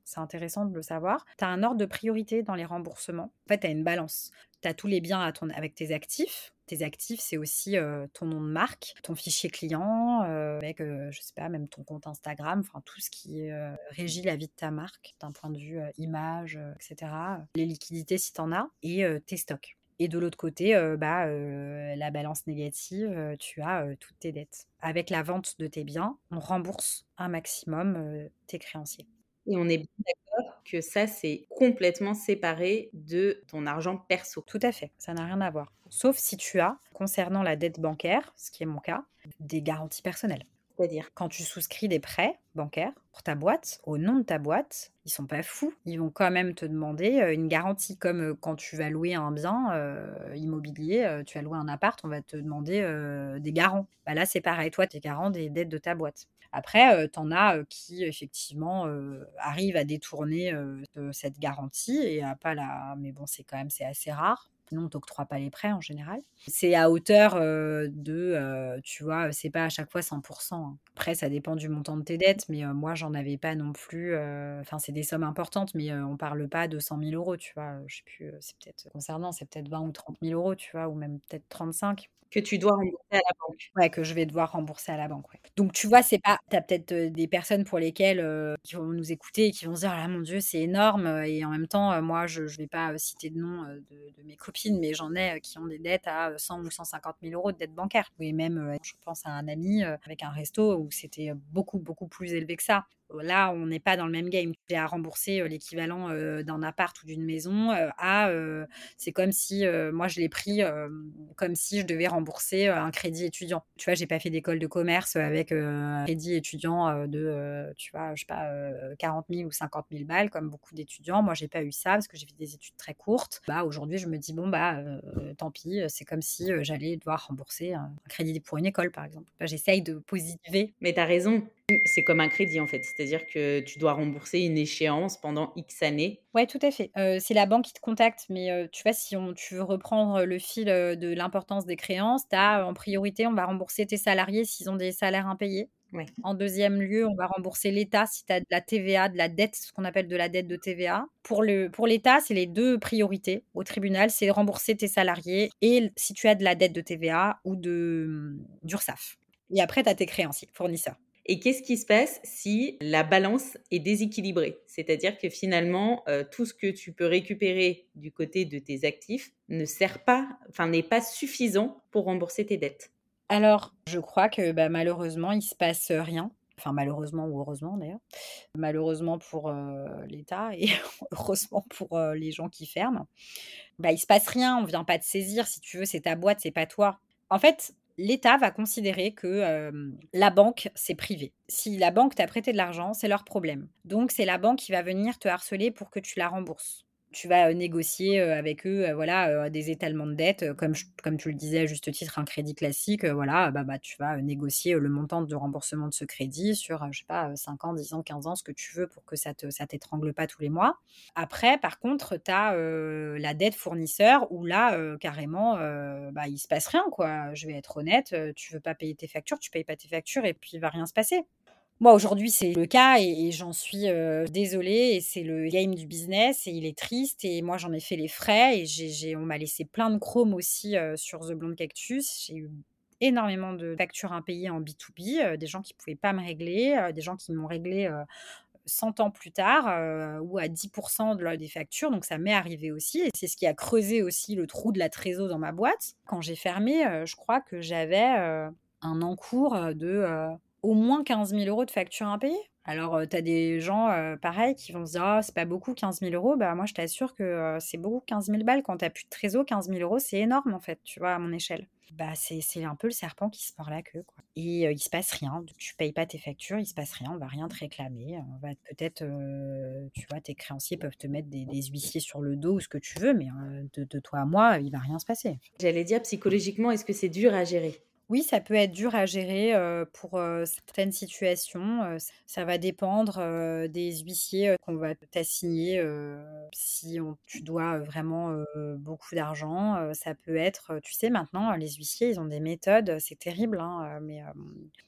c'est intéressant de le savoir. Tu as un ordre de priorité dans les remboursements. En fait, tu as une balance. Tu as tous les biens à ton avec tes actifs. Tes actifs, c'est aussi, heu, ton nom de marque, ton fichier client, heu, avec, heu, je sais pas, même ton compte Instagram, enfin tout ce qui, heu, régit la vie de ta marque d'un point de vue, heu, image, heu, et cetera. Les liquidités si tu en as et heu, tes stocks. Et de l'autre côté, heu, bah, heu, la balance négative, heu, tu as, heu, toutes tes dettes. Avec la vente de tes biens, on rembourse un maximum, heu, tes créanciers. Et on est bien d'accord que ça, c'est complètement séparé de ton argent perso? Tout à fait, ça n'a rien à voir. Sauf si tu as, concernant la dette bancaire, ce qui est mon cas, des garanties personnelles. C'est-à-dire? Quand tu souscris des prêts bancaires pour ta boîte, au nom de ta boîte, ils sont pas fous. Ils vont quand même te demander, heu, une garantie comme, heu, quand tu vas louer un bien, heu, immobilier, heu, tu vas louer un appart, on va te demander, heu, des garants. Bah, là, c'est pareil, toi, tu es garant des dettes de ta boîte. Après, heu, tu en as, heu, qui effectivement, heu, arrivent à détourner, heu, de cette garantie et à pas la mais bon, c'est quand même c'est assez rare. Sinon, on t'octroie pas les prêts en général. C'est à hauteur, heu, de, heu, tu vois, c'est pas à chaque fois cent pour cent, hein. Après, ça dépend du montant de tes dettes, mais heu, moi, j'en avais pas non plus, heu, enfin, c'est des sommes importantes, mais heu, on parle pas de cent mille euros, tu vois? Je sais plus, heu, c'est peut-être concernant, c'est peut-être vingt ou trente mille euros, tu vois? Ou même peut-être trente-cinq. Que tu dois rembourser à la banque? Ouais, que je vais devoir rembourser à la banque, ouais. Donc tu vois, c'est pas tu as peut-être, heu, des personnes pour lesquelles, heu, qui vont nous écouter et qui vont se dire: «Ah là, mon Dieu, c'est énorme», heu et en même temps, heu, moi, je je vais pas, heu, citer de nom, heu, de de mes copines, mais j'en ai, heu, qui ont des dettes à, heu, cent ou cent cinquante mille euros de dettes bancaires. Oui, même, heu, je pense à un ami, heu, avec un resto où c'était, heu, beaucoup, beaucoup plus élevé que ça. Là, on n'est pas dans le même game. J'ai à rembourser, heu, l'équivalent, heu, d'un appart ou d'une maison, heu, à, heu, c'est comme si, heu, moi je l'ai pris, hem, comme si je devais rembourser, heu, un crédit étudiant. Tu vois, j'ai pas fait d'école de commerce, heu, avec, heu, un crédit étudiant, heu, de, heu, tu vois, je sais pas, heu, quarante mille ou cinquante mille balles comme beaucoup d'étudiants. Moi, j'ai pas eu ça parce que j'ai fait des études très courtes. Bah, aujourd'hui, je me dis: «Bon, bah, heu, tant pis, heu, c'est comme si, heu, j'allais devoir rembourser un un crédit pour une école», par exemple. Bah, j'essaye de positiver. Mais tu as raison, c'est comme un crédit, en fait. C'est-à-dire que tu dois rembourser une échéance pendant X années. Ouais, tout à fait. Heu, c'est la banque qui te contacte, mais heu, tu vois, si on tu veux reprendre le fil, heu, de l'importance des créances, tu as, en priorité, on va rembourser tes salariés s'ils ont des salaires impayés. Ouais. En deuxième lieu, on va rembourser l'État si tu as de la T V A, de la dette, ce qu'on appelle de la dette de T V A. Pour le pour l'État, c'est les deux priorités au tribunal, c'est rembourser tes salariés et l si tu as de la dette de T V A ou de, mmh, d'URSSAF. Et après, tu as tes créanciers, fournisseurs. Et qu'est-ce qui se passe si la balance est déséquilibrée? C'est-à-dire que finalement, heu, tout ce que tu peux récupérer du côté de tes actifs ne sert pas, enfin n'est pas suffisant pour rembourser tes dettes? Alors, je crois que, bah, malheureusement, il se passe, heu, rien. Enfin malheureusement ou heureusement d'ailleurs. Malheureusement pour, heu, l'État et heureusement pour, heu, les gens qui ferment. Bah, il se passe rien, on vient pas te saisir si tu veux, c'est ta boîte, c'est pas toi. En fait, l'État va considérer que, hem, la banque, c'est privé. Si la banque t'a prêté de l'argent, c'est leur problème. Donc c'est la banque qui va venir te harceler pour que tu la rembourses. Tu vas, heu, négocier, heu, avec eux, heu, voilà, heu, des étalements de dette, heu, comme j comme tu le disais à juste titre, un crédit classique, heu, voilà, bah bah, tu vas, heu, négocier, heu, le montant de remboursement de ce crédit sur, heu, je sais pas, heu, cinq ans, dix ans, quinze ans, ce que tu veux pour que ça te ça t'étrangle pas tous les mois. Après, par contre, tu as, heu, la dette fournisseur où là, heu, carrément, heu, bah, il se passe rien, quoi. Je vais être honnête, heu, tu veux pas payer tes factures, tu payes pas tes factures et puis il va rien se passer. Moi, aujourd'hui, c'est le cas et et j'en suis, heu, désolée et c'est le game du business et il est triste et moi, j'en ai fait les frais et j'ai j'ai on m'a laissé plein de chrome aussi, heu, sur The Blonde Cactus. J'ai eu énormément de factures impayées en B deux B, heu, des gens qui pouvaient pas me régler, heu, des gens qui m'ont réglé, heu, cent ans plus tard, heu, ou à dix pour cent de la des factures, donc ça m'est arrivé aussi et c'est ce qui a creusé aussi le trou de la trésor dans ma boîte. Quand j'ai fermé, heu, je crois que j'avais, heu, un encours, heu, de, heu, au moins quinze mille euros de factures impayées. Alors, heu, tu as des gens, heu, pareil qui vont se dire: «Ah, c'est pas beaucoup quinze mille euros». Bah, moi, je t'assure que, heu, c'est beaucoup quinze mille balles. Quand tu as plus de trésor, quinze mille euros, c'est énorme, en fait, tu vois, à mon échelle. Bah, c'est c'est un peu le serpent qui se mord la queue, quoi et heu, il se passe rien. Donc tu payes pas tes factures, il se passe rien, on va rien te réclamer. On va peut-être, heu, tu vois, tes créanciers peuvent te mettre des des huissiers sur le dos ou ce que tu veux, mais heu, de de toi à moi, il va rien se passer. J'allais dire psychologiquement, est-ce que c'est dur à gérer? Oui, ça peut être dur à gérer, heu, pour, heu, certaines situations, heu, ç ça va dépendre, heu, des huissiers, heu, qu'on va t'assigner, heu, si on tu dois, heu, vraiment, heu, beaucoup d'argent, heu, ça peut être, heu, tu sais maintenant, les huissiers, ils ont des méthodes, c'est terrible, hein, heu, mais hem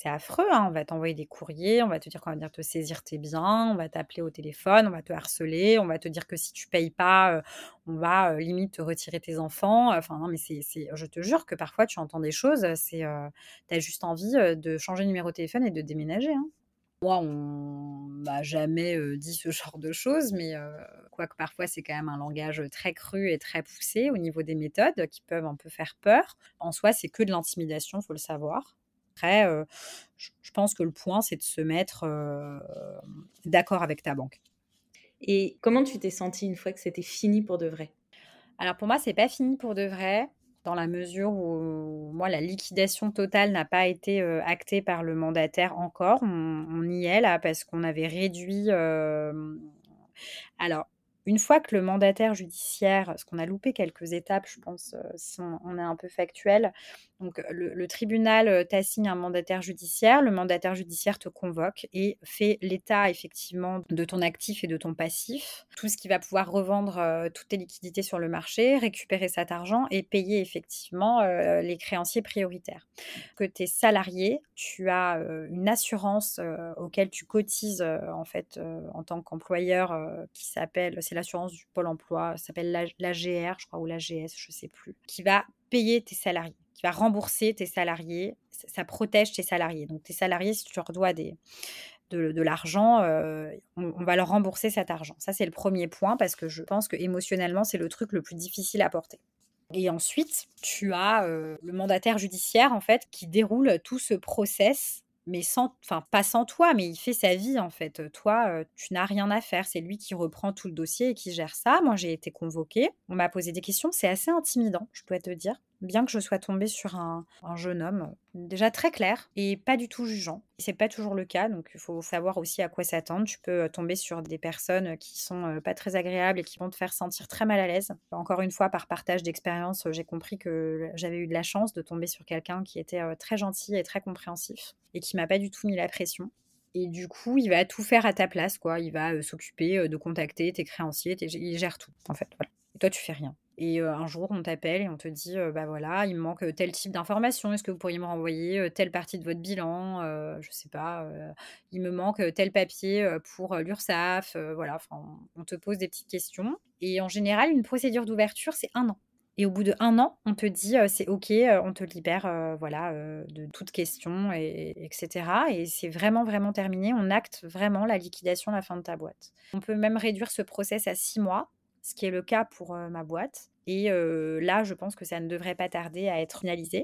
c'est affreux, hein. On va t'envoyer des courriers, on va te dire qu'on va venir te saisir tes biens, on va t'appeler au téléphone, on va te harceler, on va te dire que si tu payes pas, heu, on va, heu, limite te retirer tes enfants. Enfin non, mais c'est c'est je te jure que parfois tu entends des choses, heu, c'est, heu, tu as juste envie, heu, de changer de numéro de téléphone et de déménager, hein. Moi, on m'a jamais, heu, dit ce genre de choses, mais heu, quoique parfois c'est quand même un langage, très cru et très poussé au niveau des méthodes qui peuvent un peu faire peur. En soi, c'est que de l'intimidation, faut le savoir. Après, heu, je je pense que le point, c'est de se mettre, hem, d'accord avec ta banque. Et comment tu t'es sentie une fois que c'était fini pour de vrai? Alors pour moi, c'est pas fini pour de vrai, dans la mesure où moi, la liquidation totale n'a pas été, heu, actée par le mandataire encore. On on y est là parce qu'on avait réduit, hem alors, une fois que le mandataire judiciaire parce qu'on a loupé quelques étapes, je pense, heu, si on on est un peu factuel. Donc, le le tribunal, heu, t'assigne un mandataire judiciaire. Le mandataire judiciaire te convoque et fait l'état effectivement de ton actif et de ton passif. Tout ce qui va pouvoir revendre, heu, toutes tes liquidités sur le marché, récupérer cet argent et payer effectivement, heu, les créanciers prioritaires. Que tu es salarié, tu as, heu, une assurance, heu, auquel tu cotises, heu, en fait, heu, en tant qu'employeur, heu, qui s'appelle c'est l'assurance du Pôle emploi, ça s'appelle l'A l'A G R, je crois, ou l'A G S, je sais plus, qui va payer tes salariés, qui va rembourser tes salariés. Ç ça protège tes salariés. Donc tes salariés, si tu leur dois des de de l'argent, heu, on on va leur rembourser cet argent. Ça, c'est le premier point parce que je pense qu'émotionnellement, c'est le truc le plus difficile à porter. Et ensuite, tu as, heu, le mandataire judiciaire, en fait, qui déroule tout ce process, mais sans enfin, pas sans toi, mais il fait sa vie, en fait. Toi, heu, tu n'as rien à faire. C'est lui qui reprend tout le dossier et qui gère ça. Moi, j'ai été convoquée, on m'a posé des questions. C'est assez intimidant, je dois te dire, bien que je sois tombée sur un un jeune homme, heu, déjà très clair et pas du tout jugeant. C'est pas toujours le cas, donc il faut savoir aussi à quoi s'attendre. Tu peux, heu, tomber sur des personnes, heu, qui sont, heu, pas très agréables et qui vont te faire sentir très mal à l'aise. Encore une fois, par partage d'expérience, heu, j'ai compris que j'avais eu de la chance de tomber sur quelqu'un qui était, heu, très gentil et très compréhensif et qui m'a pas du tout mis la pression. Et du coup, il va tout faire à ta place, quoi. Il va, heu, s'occuper, heu, de contacter tes créanciers, tes il gère tout, en fait, voilà. Et toi, tu fais rien. Et heu, un jour, on t'appelle et on te dit, heu: «Bah, voilà, il me manque, heu, tel type d'information. Est-ce que vous pourriez me renvoyer, heu, telle partie de votre bilan?» heu, je sais pas, heu, «Il me manque, heu, tel papier, heu, pour, heu, l'URSSAF», heu, voilà, enfin, on on te pose des petites questions et en général, une procédure d'ouverture, c'est un an. Et au bout de un an, on te dit, heu: «C'est OK, heu, on te libère, heu, voilà, heu, de toute question» et et cetera et c'est vraiment, vraiment terminé. On acte vraiment la liquidation, la fin de ta boîte. On peut même réduire ce process à six mois, ce qui est le cas pour, heu, ma boîte et heu, là, je pense que ça ne devrait pas tarder à être finalisé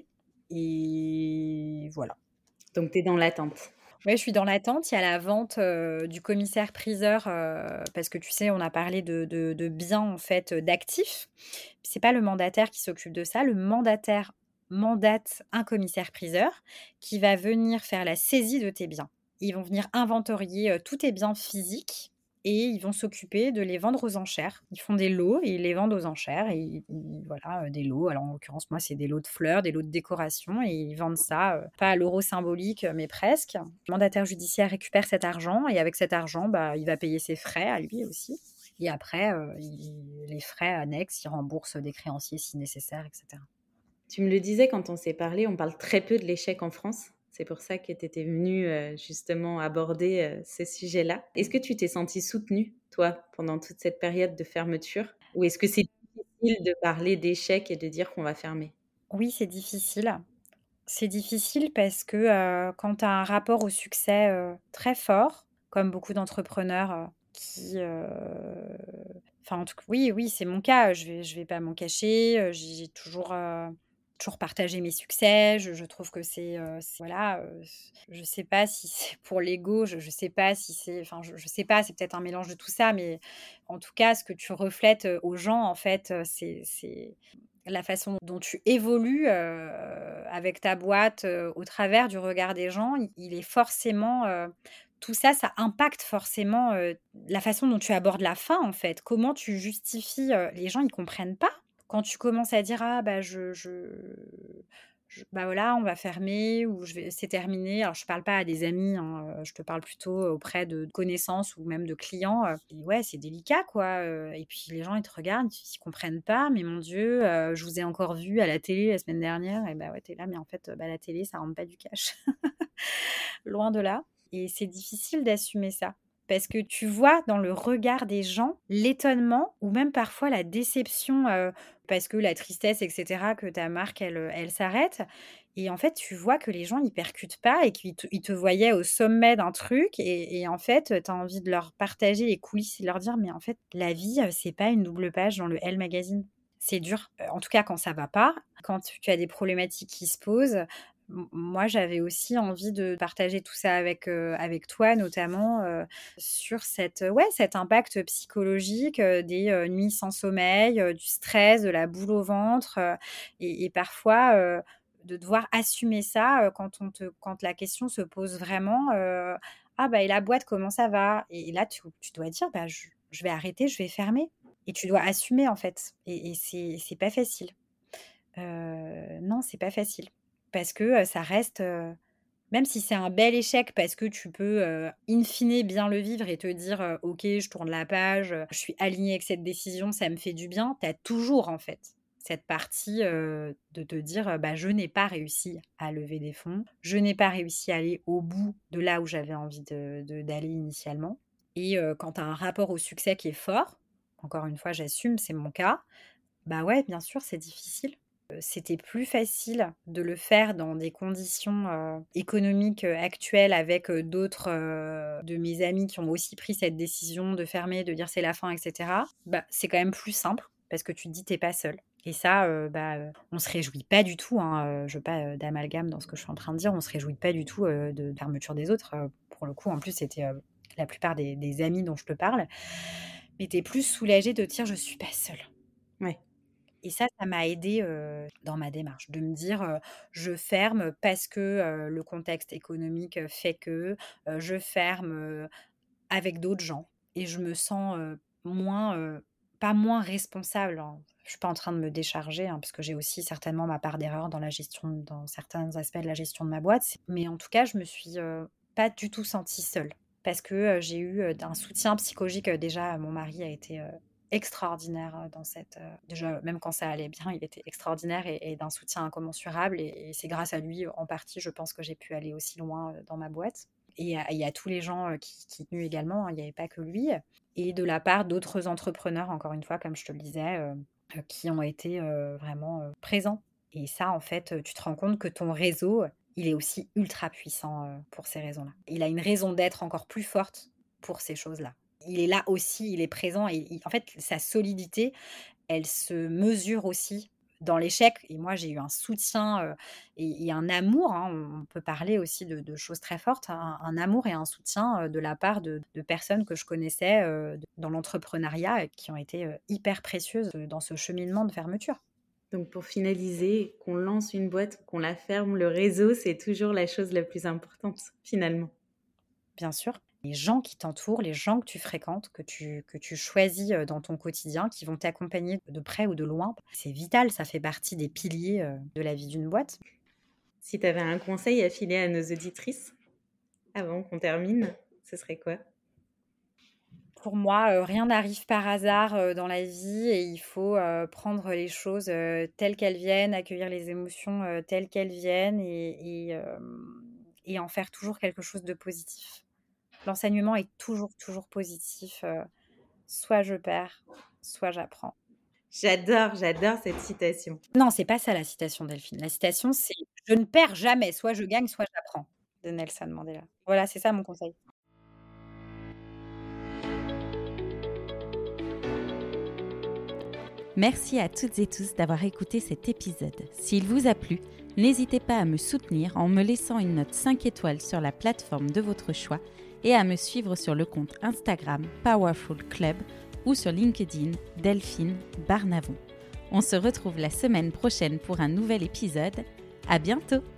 et voilà. Donc tu es dans l'attente. Ouais, je suis dans l'attente. Il y a la vente, heu, du commissaire-priseur, heu, parce que tu sais, on a parlé de de de biens, en fait, heu, d'actifs. C'est pas le mandataire qui s'occupe de ça. Le mandataire mandate un commissaire-priseur qui va venir faire la saisie de tes biens. Ils vont venir inventorier, heu, tous tes biens physiques et ils vont s'occuper de les vendre aux enchères. Ils font des lots et ils les vendent aux enchères et ils ils voilà, heu, des lots. Alors, en l'occurrence, moi, c'est des lots de fleurs, des lots de décoration et ils vendent ça, heu, pas à l'euro symbolique, mais presque. Le mandataire judiciaire récupère cet argent et avec cet argent, bah, il va payer ses frais à lui aussi et après, heu, il les frais annexes, il rembourse des créanciers si nécessaire et cetera. Tu me le disais quand on s'est parlé, on parle très peu de l'échec en France. C'est pour ça que tu étais venue, heu, justement aborder, heu, ce sujet-là. Est-ce que tu t'es sentie soutenue, toi, pendant toute cette période de fermeture? Ou est-ce que c'est difficile de parler d'échec et de dire qu'on va fermer? Oui, c'est difficile. C'est difficile parce que, heu, quand tu as un rapport au succès, heu, très fort, comme beaucoup d'entrepreneurs, heu, qui, heu, enfin, en tout cas oui, oui, c'est mon cas, je vais je vais pas m'en cacher, heu, j'ai j'ai toujours, heu, toujours partagé mes succès. Je je trouve que c'est, heu, c'est voilà, heu, je sais pas si c'est pour l'ego, je je sais pas si c'est enfin, je je sais pas, c'est peut-être un mélange de tout ça, mais en tout cas, ce que tu reflètes, heu, aux gens, en fait, heu, c'est c'est la façon dont tu évolues, heu, avec ta boîte, heu, au travers du regard des gens, il il est forcément, heu, tout ça, ça impacte forcément, heu, la façon dont tu abordes la fin, en fait. Comment tu justifies, heu, les gens, ils comprennent pas. Quand tu commences à dire: «Ah bah, je je je bah, voilà, on va fermer» ou «Je vais c'est terminé». Alors je parle pas à des amis, hein, heu, je te parle plutôt auprès de connaissances ou même de clients, heu et ouais, c'est délicat, quoi, heu et puis les gens, ils te regardent, ils ils comprennent pas: «Mais mon Dieu, heu, je vous ai encore vu à la télé la semaine dernière» et bah, ouais, tu es là: «Mais en fait, bah, la télé, ça rentre pas du cash». Loin de là et c'est difficile d'assumer ça. Parce que tu vois dans le regard des gens l'étonnement ou même parfois la déception, heu, parce que la tristesse et cetera que ta marque elle, heu, elle s'arrête et en fait, tu vois que les gens ils percutent pas et qu'ils te ils te voyaient au sommet d'un truc et et en fait, tu as envie de leur partager les coulisses et de leur dire: «Mais en fait, la vie, heu, c'est pas une double page dans le Elle Magazine». C'est dur, heu, en tout cas quand ça va pas, quand tu as des problématiques qui se posent. M moi, j'avais aussi envie de partager tout ça avec, heu, avec toi notamment, heu, sur cette, heu, ouais, cet impact psychologique, heu, des, heu, nuits sans sommeil, heu, du stress, de la boule au ventre, heu et et parfois, heu, de devoir assumer ça, heu, quand on te quand la question se pose vraiment, heu: «Ah bah et la boîte, comment ça va?» et et là, tu tu dois dire: «Bah, je je vais arrêter, je vais fermer» et tu dois assumer, en fait et et c'est c'est pas facile. Heu, non, c'est pas facile parce que, heu, ça reste, heu, même si c'est un bel échec parce que tu peux, heu, in fine bien le vivre et te dire, heu: «OK, je tourne la page, heu, je suis alignée avec cette décision, ça me fait du bien». Tu as toujours, en fait, cette partie, heu, de te dire, heu: «Bah, je n'ai pas réussi à lever des fonds, je n'ai pas réussi à aller au bout de là où j'avais envie de de d'aller initialement» et heu, quand tu as un rapport au succès qui est fort, encore une fois, j'assume, c'est mon cas, bah, ouais, bien sûr, c'est difficile. Heu, c'était plus facile de le faire dans des conditions, heu, économiques, heu, actuelles avec, heu, d'autres, heu, de mes amis qui ont aussi pris cette décision de fermer, de dire: «C'est la fin» et cetera. Bah, c'est quand même plus simple parce que tu te dis: «Tu es pas seul» et ça, heu, bah, heu, on se réjouit pas du tout, hein, heu, je veux pas, heu, d'amalgame dans ce que je suis en train de dire. On se réjouit pas du tout, heu, de fermeture des autres, heu, pour le coup, en plus, c'était, heu, la plupart des des amis dont je te parle. Mais tu es plus soulagée de te dire: «Je suis pas seule». Ouais. Et ça, ça m'a aidée, heu, dans ma démarche, de me dire, heu: «Je ferme parce que, heu, le contexte économique, heu, fait que, heu, je ferme, heu, avec d'autres gens» et je me sens, heu, moins, heu, pas moins responsable, hein. Je suis pas en train de me décharger, hein, parce que j'ai aussi certainement ma part d'erreur dans la gestion dans certains aspects de la gestion de ma boîte. C mais en tout cas, je me suis, heu, pas du tout sentie seule parce que, heu, j'ai eu, heu, un soutien psychologique, heu, déjà mon mari a été, heu, extraordinaire, heu, dans cette, heu déjà même quand ça allait bien, il était extraordinaire et et d'un soutien incommensurable et et c'est grâce à lui, en partie, je pense que j'ai pu aller aussi loin, heu, dans ma boîte et à et à tous les gens, heu, qui qui tenaient également, hein, il y avait pas que lui et de la part d'autres entrepreneurs, encore une fois, comme je te le disais, heu heu, qui ont été, heu, vraiment, heu, présents et ça, en fait, heu, tu te rends compte que ton réseau, il est aussi ultra puissant, heu, pour ces raisons-là. Il a une raison d'être encore plus forte pour ces choses-là. Il est là aussi, il est présent et il en fait, sa solidité, elle se mesure aussi dans l'échec et moi, j'ai eu un soutien, heu et et un amour, hein, on on peut parler aussi de de choses très fortes, un un amour et un soutien, heu, de la part de de personnes que je connaissais, heu, d dans l'entrepreneuriat et qui ont été, heu, hyper précieuses, heu, dans ce cheminement de fermeture. Donc pour finaliser, qu'on lance une boîte ou qu'on la ferme, le réseau, c'est toujours la chose la plus importante, finalement. Bien sûr, les gens qui t'entourent, les gens que tu fréquentes, que tu que tu choisis, heu, dans ton quotidien, qui vont t'accompagner de près ou de loin, c'est vital, ça fait partie des piliers, heu, de la vie d'une boîte. Si tu avais un conseil à filer à nos auditrices, avant qu'on termine, ce serait quoi? Pour moi, heu, rien n'arrive par hasard, heu, dans la vie et il faut, heu, prendre les choses, heu, telles qu'elles viennent, accueillir les émotions, heu, telles qu'elles viennent et et hem et en faire toujours quelque chose de positif. L'enseignement est toujours, toujours positif, heu, soit je perds, soit j'apprends. J'adore, j'adore cette citation. Non, c'est pas ça la citation Delphine. La citation, c'est: «Je ne perds jamais, soit je gagne, soit j'apprends», de Nelson Mandela. Voilà, c'est ça mon conseil. Merci à toutes et tous d'avoir écouté cet épisode. S'il vous a plu, n'hésitez pas à me soutenir en me laissant une note cinq étoiles sur la plateforme de votre choix et à me suivre sur le compte Instagram Powerful Club ou sur LinkedIn Delphine Barnavon. On se retrouve la semaine prochaine pour un nouvel épisode. À bientôt!